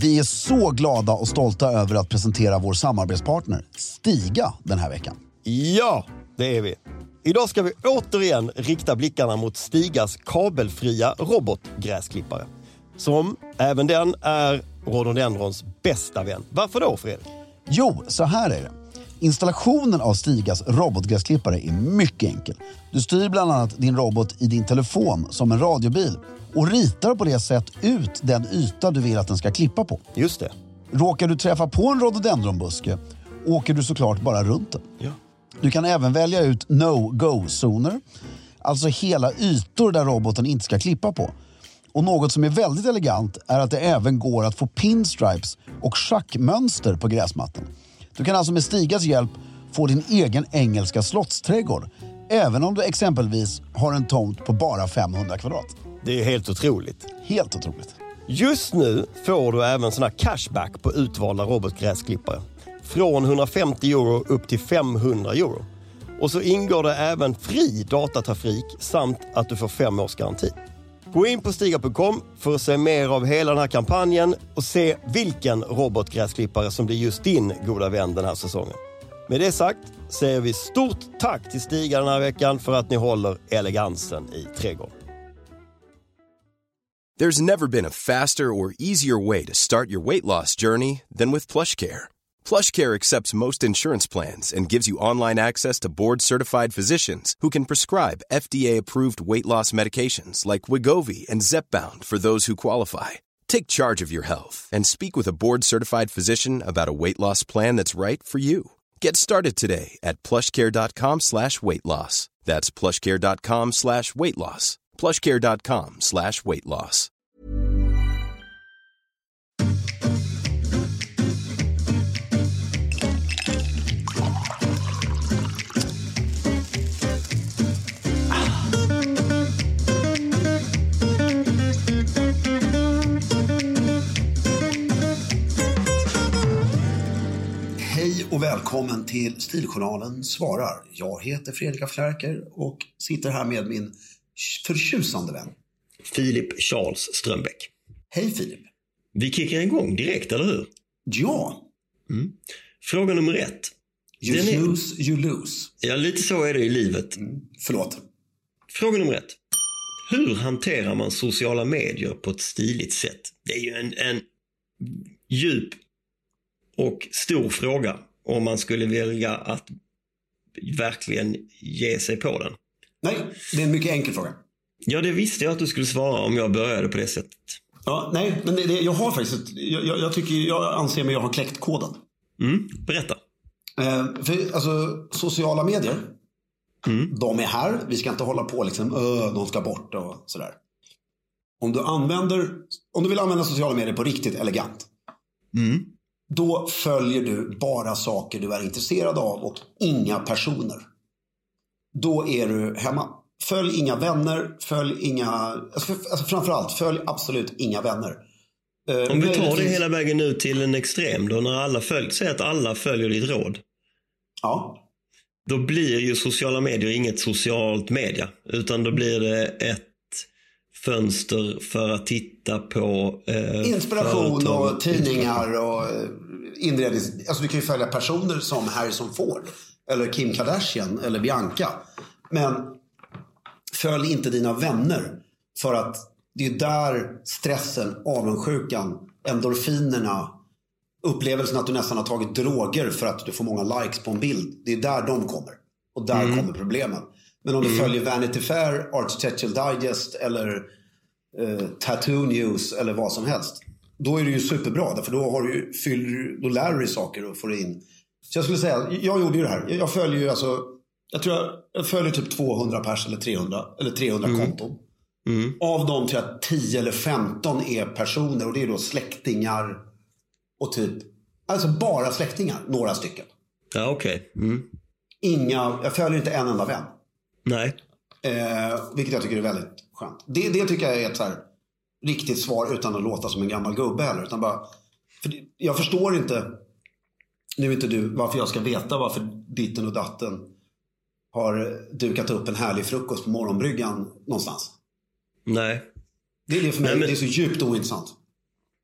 Vi är så glada och stolta över att presentera vår samarbetspartner Stiga den här veckan. Ja, det är vi. Idag ska vi återigen rikta blickarna mot Stigas kabelfria robotgräsklippare. Som även den är rhododendrons bästa vän. Varför då, Fredrik? Jo, så här är det. Installationen av Stigas robotgräsklippare är mycket enkel. Du styr bland annat din robot i din telefon som en radiobil och ritar på det sätt ut den yta du vill att den ska klippa på. Just det. Råkar du träffa på en rhododendronbuske åker du såklart bara runt den. Ja. Du kan även välja ut no-go-zoner, alltså hela ytor där roboten inte ska klippa på. Och något som är väldigt elegant är att det även går att få pinstripes och schackmönster på gräsmattan. Du kan alltså med Stigas hjälp få din egen engelska slottsträdgård, även om du exempelvis har en tomt på bara 500 kvadrat. Det är helt otroligt. Helt otroligt. Just nu får du även såna cashback på utvalda robotgräsklippare. Från 150 euro upp till 500 euro. Och så ingår det även fri datatrafik samt att du får 5 års garanti. Gå in på stiga.com för att se mer av hela den här kampanjen och se vilken robotgräsklippare som blir just din goda vän den här säsongen. Med det sagt säger vi stort tack till Stiga den här veckan för att ni håller elegansen i trädgården. There's never been a faster or easier way to start your weight loss journey than with PlushCare. PlushCare accepts most insurance plans and gives you online access to board-certified physicians who can prescribe FDA-approved weight loss medications like Wegovy and Zepbound for those who qualify. Take charge of your health and speak with a board-certified physician about a weight loss plan that's right for you. Get started today at plushcare.com/weightloss. That's plushcare.com/weightloss. plushcare.com/weightloss. Hej och välkommen till Stiljournalen svarar. Jag heter Fredrik af Klerker och sitter här med min förtjusande vän Filip Charles Strömbäck. Hej Filip. Vi kickar igång direkt, eller hur? Ja. Fråga nummer 1. You snooze, you lose. Ja, lite så är det i livet. Förlåt. Fråga nummer 1. Hur hanterar man sociala medier på ett stiligt sätt? Det är ju en djup och stor fråga om man skulle välja att verkligen ge sig på den. Nej, det är en mycket enkel fråga. Ja, det visste jag att du skulle svara om jag började på det sättet. Ja, nej, men jag har faktiskt jag anser mig jag har kläckt koden. Berätta. För alltså sociala medier, de är här. Vi ska inte hålla på liksom, de ska bort och sådär. Om du vill använda sociala medier på riktigt elegant, då följer du bara saker du är intresserad av och inga personer. Då är du hemma. Följ inga vänner, framförallt följ absolut inga vänner. Om vi tar det hela vägen nu till en extrem då, när alla säger att alla följer ditt råd. Ja. Då blir ju sociala medier inget socialt media, utan då blir det ett fönster för att titta på inspiration företag. Och tidningar och inrednings. Alltså du kan ju följa personer som Harrison Ford eller Kim Kardashian eller Bianca. Men följ inte dina vänner, för att det är där stressen, avundsjukan, endorfinerna, upplevelsen att du nästan har tagit droger för att du får många likes på en bild. Det är där de kommer. Och där kommer problemen. Men om du följer Vanity Fair, Architectural Digest eller Tattoo News eller vad som helst, då är det ju superbra. För då då lär du dig saker och får in. Så jag skulle säga, jag gjorde ju det här. Jag följer ju jag följer typ 200 pers eller 300 konton. Av dem tror jag 10 eller 15 är personer, och det är då släktingar och typ, alltså bara släktingar, några stycken. Ja, okej. Jag följer inte en enda vän. Nej. Vilket jag tycker är väldigt skönt. Det tycker jag är ett så här riktigt svar utan att låta som en gammal gubbe heller. Utan bara, jag förstår inte, nu inte du, varför jag ska veta varför ditten och datten har dukat upp en härlig frukost på morgonbryggan någonstans. Nej. Det är för mig, det är så djupt ointressant.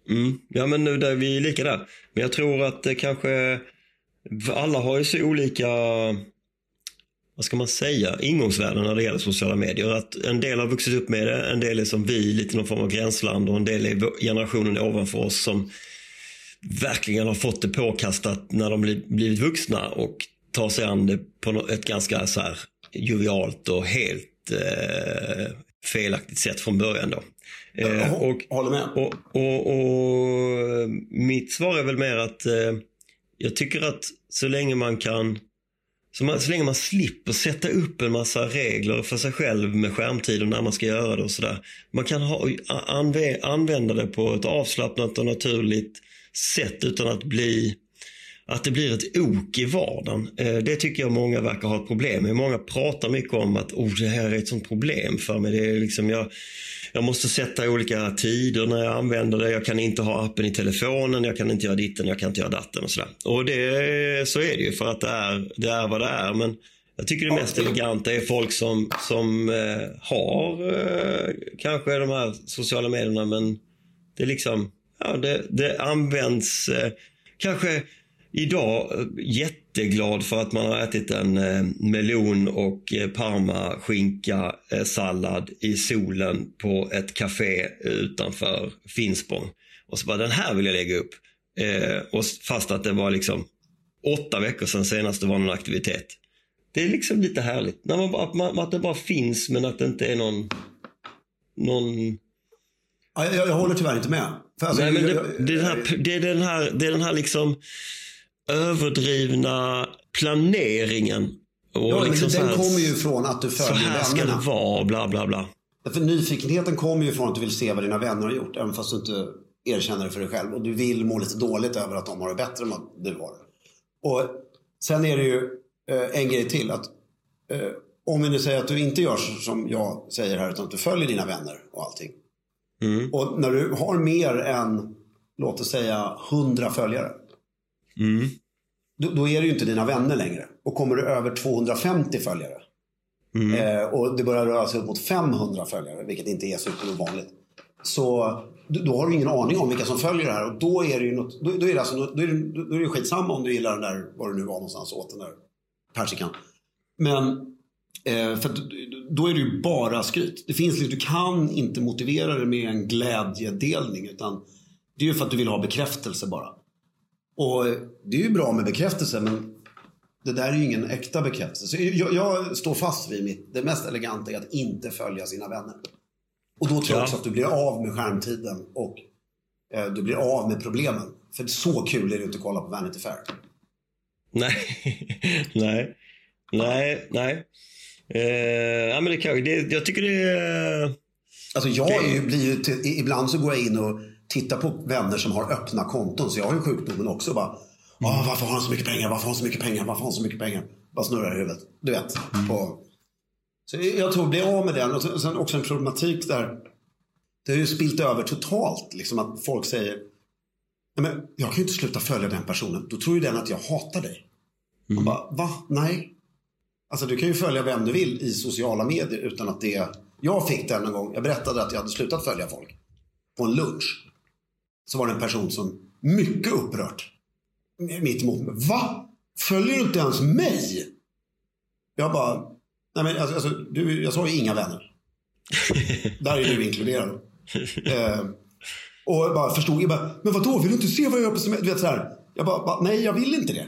Ja, men nu där vi är lika där. Men jag tror att det kanske... Alla har ju så olika... Vad ska man säga? Ingångsvärden när det gäller sociala medier. Att en del har vuxit upp med det. En del är som vi, lite någon form av gränsland. Och en del är generationen ovanför oss som verkligen har fått det påkastat när de blivit vuxna. Och tar sig an det på ett ganska så här jovialt och helt felaktigt sätt från början då. Håller med. Och mitt svar är väl mer att jag tycker att så länge man kan, så länge man slipper sätta upp en massa regler för sig själv med skärmtid och när man ska göra det och sådär. Man kan använda det på ett avslappnat och naturligt sätt utan att det blir ett ok i vardagen. Det tycker jag många verkar ha ett problem med. Många pratar mycket om att det här är ett sånt problem för mig. Det är liksom, jag måste sätta olika tider när jag använder det. Jag kan inte ha appen i telefonen. Jag kan inte göra ditten, jag kan inte göra datten och sådär. Och så är det ju för att det är vad det är. Men jag tycker det mest eleganta är folk som har kanske de här sociala medierna, men det är liksom, det används kanske idag jätteglad för att man har ätit en melon och parmaskinka sallad i solen på ett café utanför Finspång. Och så bara, den här vill jag lägga upp. Och fast att det var liksom 8 veckor sedan senast det var någon aktivitet. Det är liksom lite härligt. När att det bara finns, men att det inte är någon... Jag håller tyvärr inte med. Alltså, nej, men det är den här liksom överdrivna planeringen. Och liksom den kommer ju från att du följer vännerna. Så här ska det vara, bla bla bla. För nyfikenheten kommer ju från att du vill se vad dina vänner har gjort, även fast du inte erkänner det för dig själv. Och du vill må lite dåligt över att de har det bättre än vad du har. Och sen är det ju en grej till. Att om vi nu säger att du inte gör som jag säger här, utan att du följer dina vänner och allting. Och när du har mer än, låt oss säga 100 följare, då är det ju inte dina vänner längre. Och kommer du över 250 följare och det börjar röra sig upp mot 500 följare, vilket inte är superovanligt, så då har du ingen aning om vilka som följer det här. Och då är det ju något, då är det skitsamma om du gillar den där, var du nu var någonstans åt den där persikan. Men för då är det ju bara skryt. Det finns liksom, du kan inte motivera det med en glädjedelning, utan det är ju för att du vill ha bekräftelse bara. Och det är ju bra med bekräftelse, men det där är ju ingen äkta bekräftelse. Så jag står fast vid det mest eleganta är att inte följa sina vänner. Och då tror jag också att du blir av med skärmtiden och du blir av med problemen. För så kul är det inte att kolla på Vanity Fair. Nej. Ja, men jag tycker det är... Alltså ibland så går jag in och tittar på vänner som har öppna konton. Så jag har ju sjukdomen också. Bara, varför har han så mycket pengar? Varför har han så mycket pengar? Varför har han så mycket pengar? Bara snurrar i huvudet. Du vet. Så jag tror bli av med den. Och sen också en problematik där. Det har ju spilt över totalt. Liksom att folk säger, men jag kan ju inte sluta följa den personen. Då tror ju den att jag hatar dig. Man bara, va? Nej. Alltså du kan ju följa vem du vill i sociala medier utan att det... Jag fick det någon gång. Jag berättade att jag hade slutat följa folk. På en lunch. Så var det en person som mycket upprört. Mitt emot mig. Va? Följer du inte ens mig? Jag bara... Nej men alltså jag sa ju inga vänner. Där är du inkluderad. Och jag bara förstod. Jag bara, men vadå? Vill du inte se vad jag gör på semester? Du vet så här. Jag bara, nej jag vill inte det.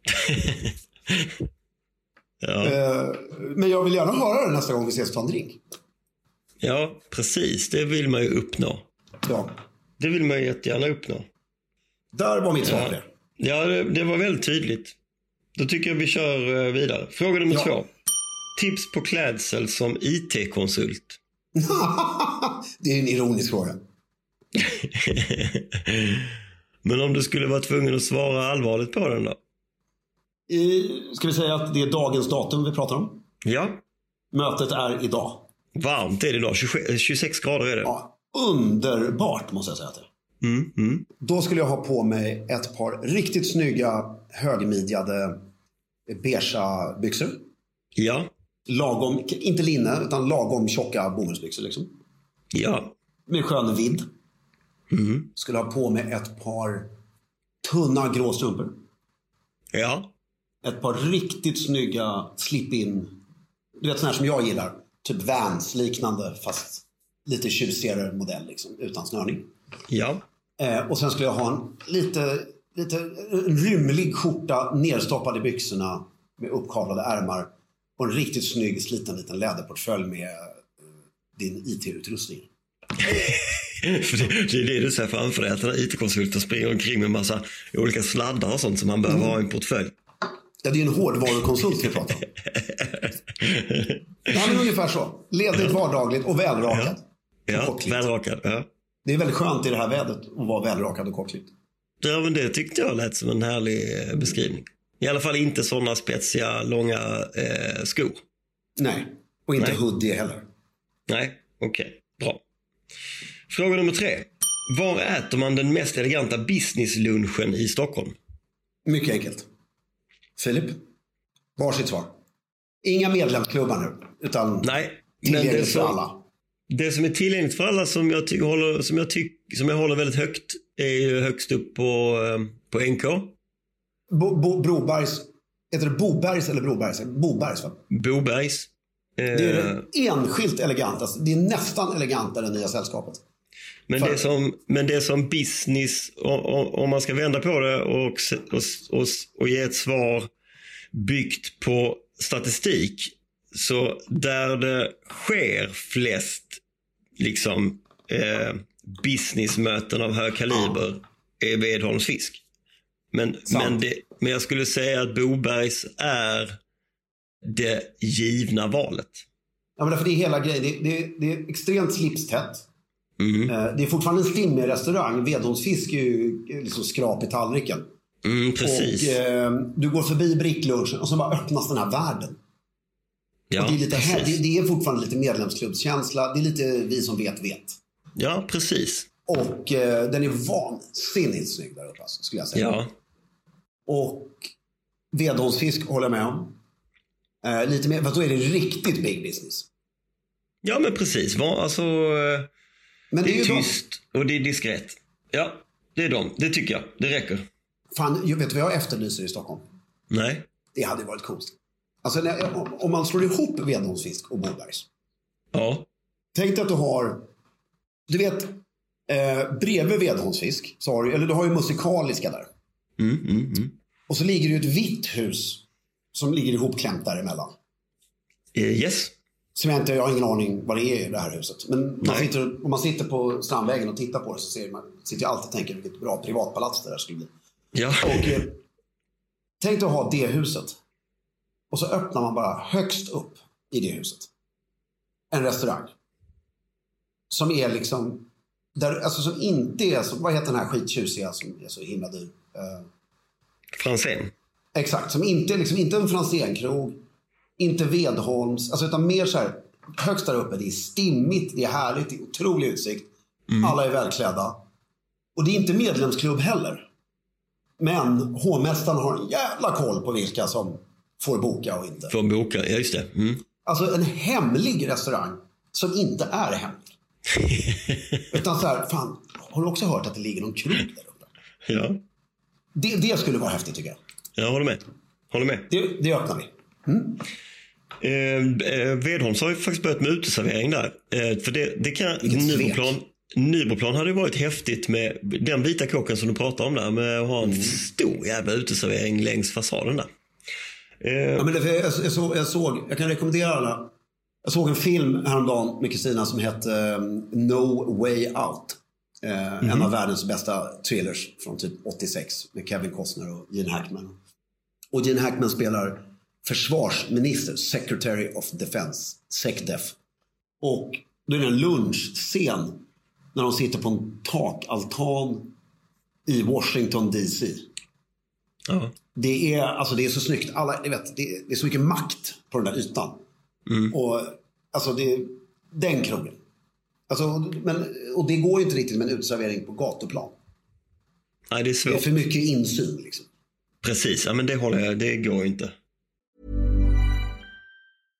Ja. Men jag vill gärna höra det nästa gång vi ses och ta en drink. Ja, precis. Det vill man ju uppnå. Ja. Det vill man ju jättegärna uppnå. Där var mitt svar på det. Ja, det var väldigt tydligt. Då tycker jag vi kör vidare. Fråga nummer 2. Tips på klädsel som IT-konsult. Det är en ironisk fråga. Men om du skulle vara tvungen att svara allvarligt på den då? Ska vi säga att det är dagens datum vi pratar om? Ja. Mötet är idag. Varmt är det idag. 26 grader är det. Ja, underbart måste jag säga till. Då skulle jag ha på mig ett par riktigt snygga högmidjade beigea byxor. Ja. Lagom, inte linne utan lagom tjocka bomullsbyxor liksom. Ja. Med skön vidd. Skulle ha på mig ett par tunna grå strumpor. Ja. Ett par riktigt snygga slip-in. Du vet sådana här som jag gillar. Typ Vans liknande fast lite tjusigare modell liksom, utan snörning. Ja. Och sen skulle jag ha en lite rymlig skjorta nerstoppad i byxorna med uppkavlade ärmar. Och en riktigt snygg sliten liten läderportfölj med din IT-utrustning. För det är det du ser framför dig, att den här IT-konsulten springer omkring med en massa olika sladdar och sånt som man behöver ha i en portfölj. Ja, det är en hårdvarukonsult vi pratar om. Ja, men ungefär så. Ledigt, vardagligt och välrakad. Ja, välrakad. Ja. Det är väldigt skönt i det här vädret att vara välrakad och kortklippt. Ja, men det tyckte jag lät som en härlig beskrivning. I alla fall inte sådana spetsiga, långa skor. Nej, och inte hoodie heller. Nej, okej. Bra. Fråga nummer 3. Var äter man den mest eleganta businesslunchen i Stockholm? Mycket enkelt. Filip, varsitt svar. Inga medlemsklubbar nu, utan tillgängligt för alla. Det som är tillgängligt för alla som jag håller väldigt högt är ju högst upp på NK. Brobergs. Heter det Bobergs eller Brobergs? Bobergs, va? Bobergs. Det är enskilt elegant. Alltså, det är nästan elegantare än Nya Sällskapet. Men det som business, om man ska vända på det och ge ett svar byggt på statistik, så där det sker flest liksom businessmöten av hög kaliber är Vedholms fisk. Men jag skulle säga att Bobergs är det givna valet. Ja, men därför det är hela grejen. Det är extremt slipstätt. Det är fortfarande en stimmig restaurang. Vedholms fisk är ju liksom skrap i tallriken. Precis. Och du går förbi bricklunchen och så bara öppnas den här världen. Ja, och det är lite det är fortfarande lite medlemsklubbskänsla. Det är lite vi som vet. Ja, precis. Och den är vansinnigt snygg där uppe, alltså, skulle jag säga. Ja. Och Vedholms fisk håller jag med om. Lite mer, för då är det riktigt big business. Ja, men precis. Men det är tyst och det är diskret. Ja, det är de. Det tycker jag. Det räcker. Fan, vet du vad jag efterlyser i Stockholm? Nej. Det hade varit coolt. Alltså, om man slår ihop Vedholms fisk och Bobergs. Ja. Tänk dig att du har... Du vet, bredvid Vedholms fisk så har du har ju Musikaliska där. Och så ligger det ju ett vitt hus som ligger ihopklämt däremellan. Yes. Som jag har ingen aning vad det är i det här huset. Men om man sitter på Strandvägen och tittar på det så sitter jag alltid och tänker vilket bra privatpalats det där skulle bli. Ja. Och tänk dig att ha det huset. Och så öppnar man bara högst upp i det huset en restaurang. Som är liksom alltså som inte är så, vad heter den här skittjusiga som är så himla dyr? Franzén. Exakt, som inte en Franzénkrog, inte Vedholms, alltså utan mer så här högst där uppe. Det är stimmigt, det är härligt, det är otrolig utsikt. Alla är välklädda. Och det är inte medlemsklubb heller. Men hovmästaren har en jävla koll på vilka som får boka och inte. Får boka, ja just det. Alltså en hemlig restaurang som inte är hemlig. Utan så här, fan, har du också hört att det ligger någon krog där uppe? Ja. Det skulle vara häftigt tycker jag. Jag håller med. Det öppnar vi. Vedholms har ju faktiskt börjat med uteservering där. För det kan Nybroplan hade ju varit häftigt med den vita kåken som du pratar om där, med att ha en stor jävla uteservering längs fasaden där. Ja, men jag kan rekommendera alla. Jag såg en film häromdagen med Kristina som hette No Way Out. En av världens bästa thrillers från typ 86 med Kevin Costner och Gene Hackman. Och Gene Hackman spelar försvarsminister, Secretary of Defense, SecDef. Och då är det en lunchscen när de sitter på en takaltan i Washington DC. Ja. Det är så snyggt. Det är så mycket makt på den där ytan. Och alltså den krogen. Alltså, och det går ju inte riktigt med en utservering på gatuplan. Nej, det är svårt. Det är för mycket insyn liksom. Precis, ja, men det går ju inte.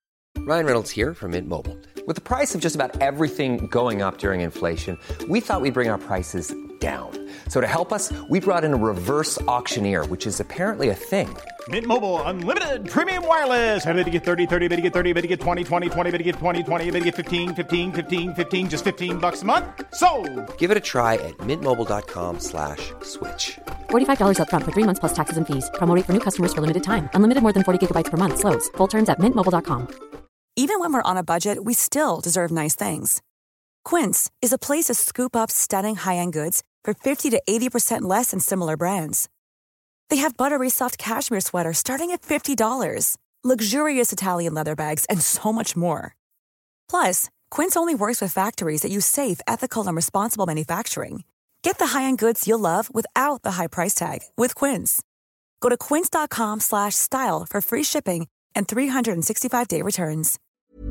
Ryan Reynolds here from Mint Mobile. With the price of just about everything going up during inflation, we thought we'd bring our prices down. So to help us, we brought in a reverse auctioneer, which is apparently a thing. Mint Mobile Unlimited Premium Wireless. How to get 30, 30, bit to get 30, bit to get 20, 20, 20, bit to get 20, 20, bit to get 15, 15, 15, 15, just $15 a month? Sold! Give it a try at mintmobile.com/switch. $45 up front for 3 months plus taxes and fees. Promo rate for new customers for limited time. Unlimited more than 40 gigabytes per month. Slows full terms at mintmobile.com. Even when we're on a budget, we still deserve nice things. Quince is a place to scoop up stunning high-end goods for 50 to 80% less than similar brands. They have buttery soft cashmere sweaters starting at $50, luxurious Italian leather bags, and so much more. Plus, Quince only works with factories that use safe, ethical, and responsible manufacturing. Get the high-end goods you'll love without the high price tag with Quince. Go to quince.com/style for free shipping and 365-day returns.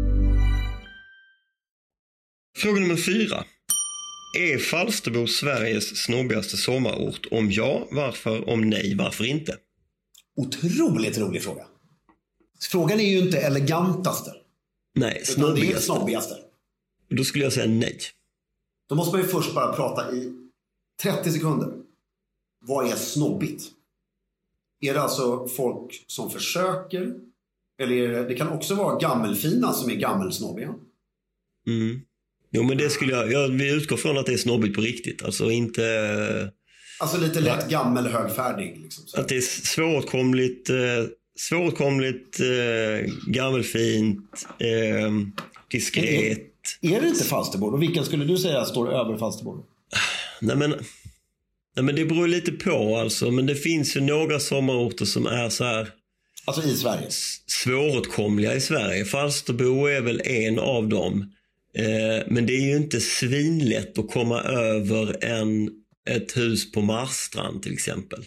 Fråga nummer 4. Är Falsterbo Sveriges snobbigaste sommarort? Om ja, varför? Om nej, varför inte? Otroligt rolig fråga. Frågan är ju inte elegantaste. Nej, utan det är snobbigaste. Då skulle jag säga nej. Då måste man ju först bara prata i 30 sekunder. Vad är snobbigt? Är det alltså folk som försöker? Eller är det kan också vara gammelfina som är gammelsnobbiga? Mm. Jo, men det skulle vi utgår från att det är snobbigt på riktigt. Alltså inte... Alltså lite lätt gammelhögfärdig. Liksom, så. Att det är svåråtkomligt, gammelfint, diskret. Är det inte Falsterbo? Och vilken skulle du säga står över Falsterbo? Nej, men det beror lite på alltså. Men det finns ju några sommarorter som är så här... Alltså i Sverige? Svåråtkomliga i Sverige. Falsterbo är väl en av dem. Men det är ju inte svinlätt att komma över ett hus på Marstrand till exempel.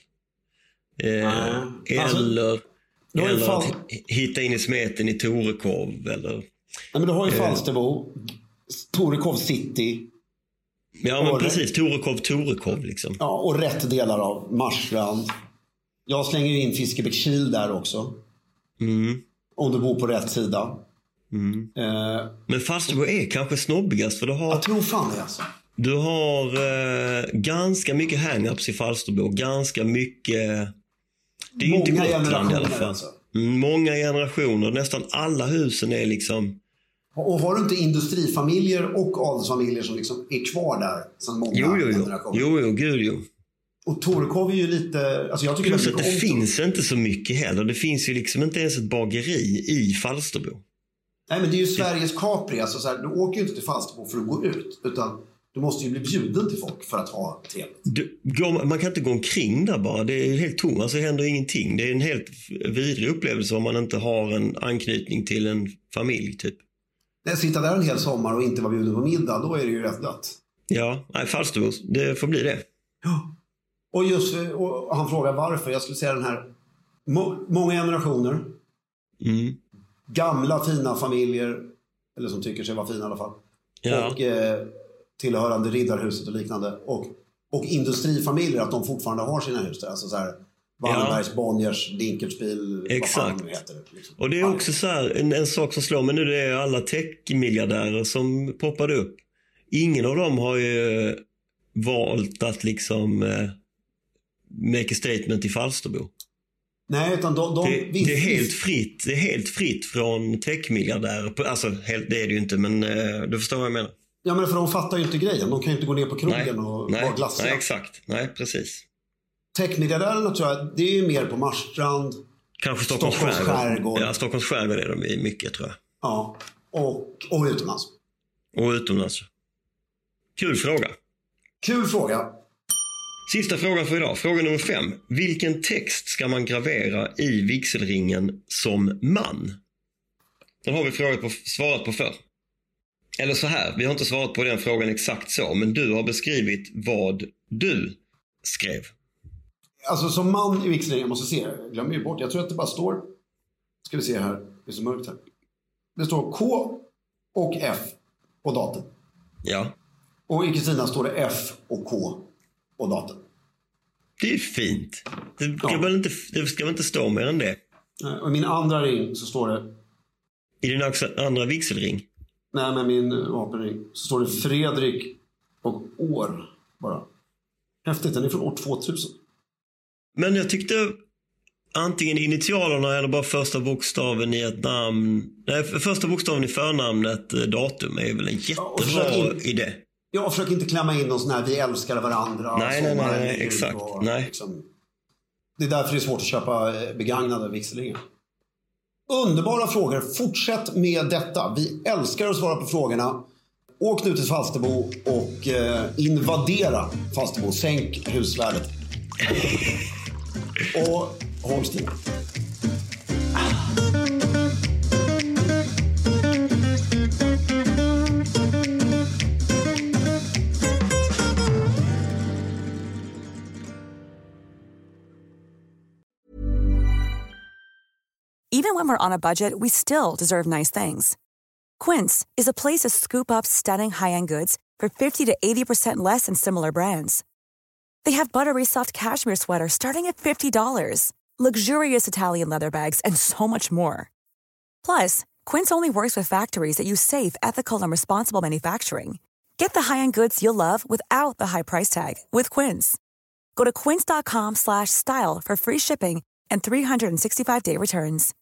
Eller att hitta in i smeten i Torekov. Eller, nej, men du har ju Falsterbo, Torekov city. Ja, men precis. Torekov liksom. Ja, och rätt delar av Marstrand. Jag slänger in Fiskebäckskil där också. Mm. Om du bor på rätt sida. Mm. Men Falsterbo är kanske snobbigast för jag tror fan det alltså. Du har ganska mycket hang-ups i Falsterbo. Ganska mycket... Det är ju inte Gotland i alla fall. Alltså. Många generationer. Nästan alla husen är liksom... Och har du inte industrifamiljer och adelsfamiljer som liksom är kvar där sedan många generationer? Jo. Och Torekov är ju lite... Alltså jag tycker plus att det finns inte så mycket heller. Det finns ju liksom inte ens ett bageri i Falsterbo. Nej, men det är ju Sveriges Capri. Alltså så här, du åker ju inte till Falsterbo för att gå ut. Utan du måste ju bli bjuden till folk för att ha trevligt. Man kan inte gå omkring där bara. Det är helt tomt. Alltså det händer ingenting. Det är en helt vidrig upplevelse om man inte har en anknytning till en familj typ. När jag sitter där en hel sommar och inte var bjuden på middag, då är det ju rätt dött. Ja, nej, Falsterbo, det får bli det. Ja. Och han frågar varför. Jag skulle säga den här... Många generationer. Mm. Gamla fina familjer. Eller som tycker sig vara fina i alla fall. Ja. Och tillhörande riddarhuset och liknande. Och industrifamiljer, att de fortfarande har sina hus där. Alltså så här... Wallenbergs, Bonniers, Dinkelspiel. Exakt. Heter det, liksom. Och det är också så här, en sak som slår mig nu, det är alla tech-miljardärer som poppade upp. Ingen av dem har ju valt att liksom make a statement i Falsterbo. Nej, utan det är helt fritt. Det är helt fritt från tech-miljardärer. Alltså, det är det ju inte, men du förstår vad jag menar. Ja, men för de fattar ju inte grejen. De kan ju inte gå ner på krogen och vara glassiga. Nej, exakt. Nej, precis. Tech-miljardärerna tror jag, det är mer på Marstrand. Kanske Stockholms skärgård. Ja, Stockholms skärgård är de mycket, tror jag. Ja, och utomlands. Och utomlands. Kul fråga. Sista frågan för idag. Fråga nummer 5. Vilken text ska man gravera i vigselringen som man? Den har vi svarat på förr. Eller så här, vi har inte svarat på den frågan exakt så, men du har beskrivit vad du skrev. Alltså som man i vigselringen, måste se, jag glömmer ju bort. Jag tror att det bara står, ska vi se här, det är så mörkt här. Det står K och F på datum. Ja. Och i Kristina står det F och K på datum. Det är fint. Det ska väl inte stå mer än det. Och i min andra ring så står det I din andra vigselring? Nej, med min vapenring. Så står det Fredrik och år bara. Häftigt, den är från år 2000. Men jag tyckte antingen initialerna eller bara första bokstaven i ett namn. Nej, första bokstaven i förnamnet, datum, är väl en jättebra idé. Ja, försök inte klämma in någon sån här vi älskar varandra. Nej, exakt. Nej. Liksom. Det är därför det är svårt att köpa begagnade vigselringar. Underbara frågor. Fortsätt med detta. Vi älskar att svara på frågorna. Åk nu till Falsterbo och invadera Falsterbo. Sänk husvärdet. Och håll still. Even when we're on a budget, we still deserve nice things. Quince is a place to scoop up stunning high-end goods for 50 to 80% less than similar brands. They have buttery soft cashmere sweaters starting at $50, luxurious Italian leather bags, and so much more. Plus, Quince only works with factories that use safe, ethical, and responsible manufacturing. Get the high-end goods you'll love without the high price tag with Quince. Go to quince.com/style for free shipping and 365-day returns.